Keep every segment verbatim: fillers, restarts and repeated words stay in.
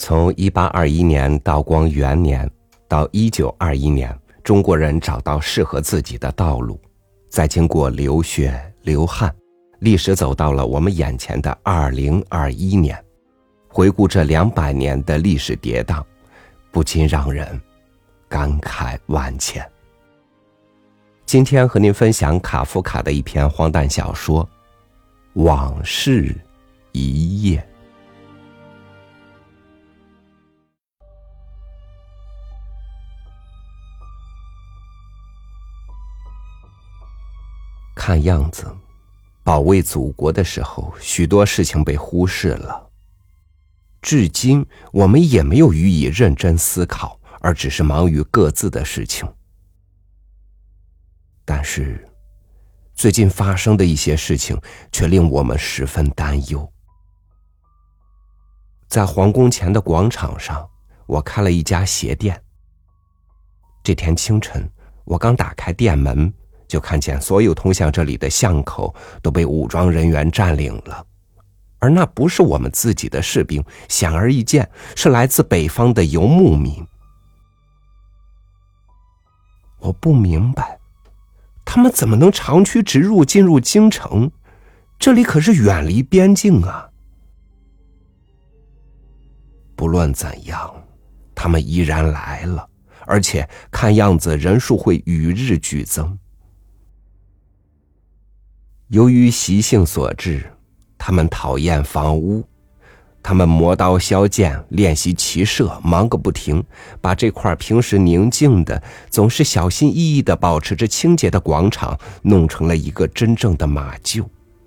从一八二一年道光元年到一九二一年，中国人找到适合自己的道路，再经过流血流汗，历史走到了我们眼前的二零二一年。回顾这两百年的历史跌宕，不禁让人感慨万千。今天和您分享卡夫卡的一篇荒诞小说《往事一夜》。看样子，保卫祖国的时候，许多事情被忽视了。至今，我们也没有予以认真思考，而只是忙于各自的事情。但是，最近发生的一些事情却令我们十分担忧。在皇宫前的广场上，我开了一家鞋店。这天清晨，我刚打开店门，就看见所有通向这里的巷口都被武装人员占领了，而那不是我们自己的士兵，显而易见是来自北方的游牧民。我不明白，他们怎么能长驱直入进入京城？这里可是远离边境啊！不论怎样，他们依然来了，而且看样子人数会与日俱增。由于习性所致，他们讨厌房屋，他们磨刀削剑，练习骑射，忙个不停，把这块平时宁静的、总是小心翼翼地保持着清洁的广场弄成了一个真正的马厩。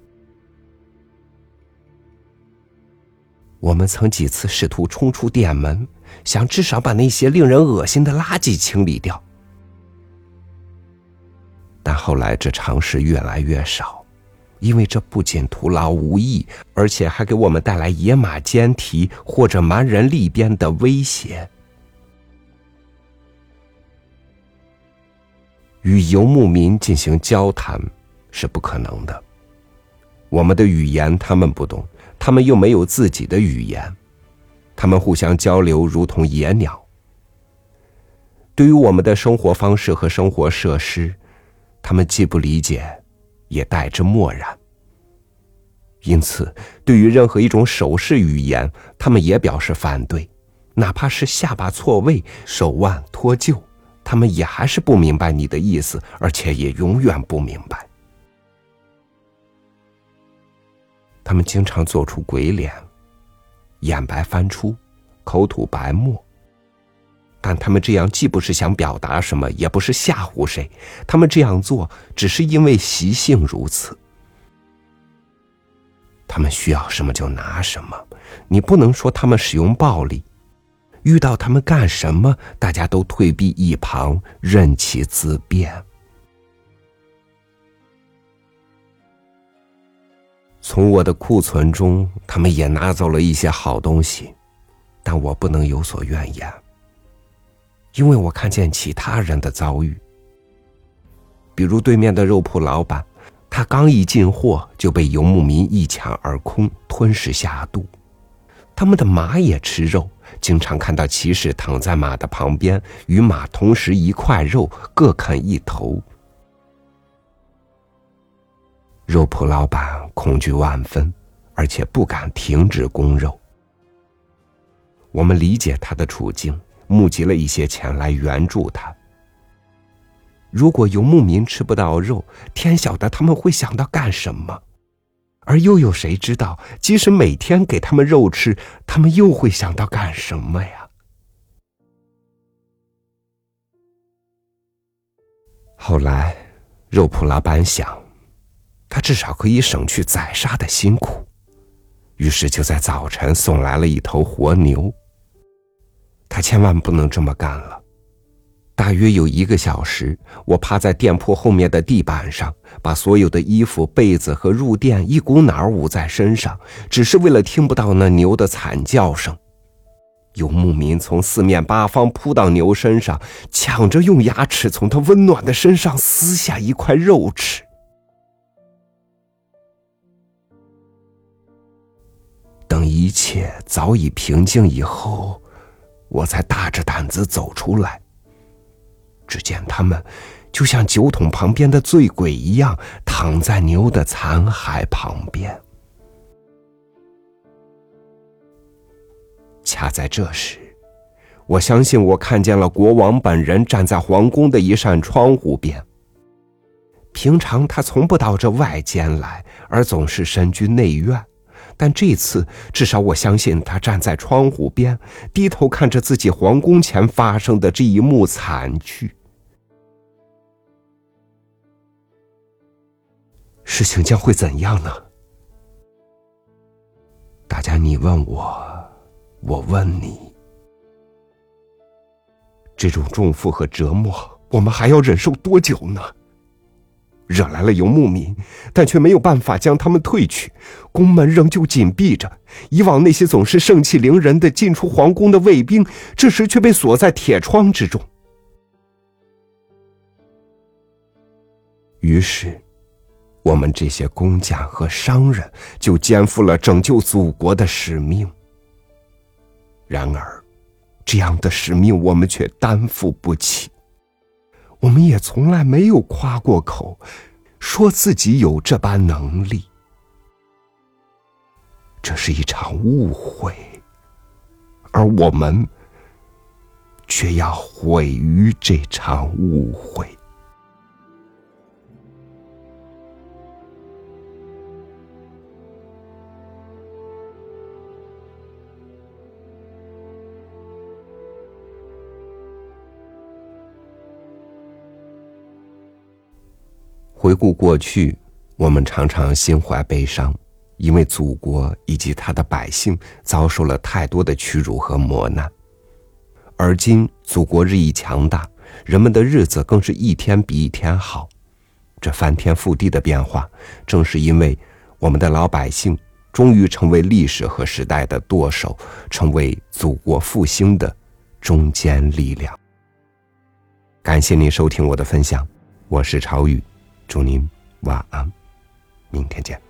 我们曾几次试图冲出店门，想至少把那些令人恶心的垃圾清理掉，但后来这尝试越来越少，因为这不仅徒劳无益，而且还给我们带来野马奸啼或者蛮人利鞭的威胁。与游牧民进行交谈是不可能的，我们的语言他们不懂，他们又没有自己的语言，他们互相交流如同野鸟。对于我们的生活方式和生活设施，他们既不理解，也代之漠然。因此，对于任何一种手势语言，他们也表示反对，哪怕是下巴错位、手腕脱臼，他们也还是不明白你的意思，而且也永远不明白。他们经常做出鬼脸，眼白翻出，口吐白沫，但他们这样既不是想表达什么，也不是吓唬谁，他们这样做只是因为习性如此。他们需要什么就拿什么，你不能说他们使用暴力。遇到他们干什么，大家都退避一旁，任其自便。从我的库存中，他们也拿走了一些好东西，但我不能有所怨言，因为我看见其他人的遭遇。比如对面的肉铺老板，他刚一进货就被游牧民一抢而空，吞噬下肚。他们的马也吃肉，经常看到骑士躺在马的旁边，与马同食一块肉，各啃一头。肉铺老板恐惧万分，而且不敢停止供肉。我们理解他的处境，募集了一些钱来援助他。如果游牧民吃不到肉，天晓得他们会想到干什么，而又有谁知道，即使每天给他们肉吃，他们又会想到干什么呀？后来肉铺老板想，他至少可以省去宰杀的辛苦，于是就在早晨送来了一头活牛。他千万不能这么干了。大约有一个小时，我趴在店铺后面的地板上，把所有的衣服、被子和褥垫一股脑儿捂在身上，只是为了听不到那牛的惨叫声。游牧民从四面八方扑到牛身上，抢着用牙齿从它温暖的身上撕下一块肉吃。 等一切早已平静以后，我才大着胆子走出来。只见他们就像酒桶旁边的醉鬼一样，躺在牛的残骸旁边。恰在这时，我相信我看见了国王本人站在皇宫的一扇窗户边。平常他从不到这外间来，而总是身居内院，但这次至少我相信他站在窗户边，低头看着自己皇宫前发生的这一幕惨剧。事情将会怎样呢？大家你问我，我问你，这种重负和折磨，我们还要忍受多久呢？惹来了游牧民，但却没有办法将他们退去，宫门仍旧紧闭着。以往那些总是盛气凌人的进出皇宫的卫兵，这时却被锁在铁窗之中。于是我们这些工匠和商人就肩负了拯救祖国的使命。然而这样的使命我们却担负不起，我们也从来没有夸过口，说自己有这般能力。这是一场误会，而我们却要毁于这场误会。回顾过去，我们常常心怀悲伤，因为祖国以及他的百姓遭受了太多的屈辱和磨难。而今祖国日益强大，人们的日子更是一天比一天好。这翻天覆地的变化，正是因为我们的老百姓终于成为历史和时代的舵手，成为祖国复兴的中坚力量。感谢您收听我的分享，我是朝宇，祝您晚安，明天见。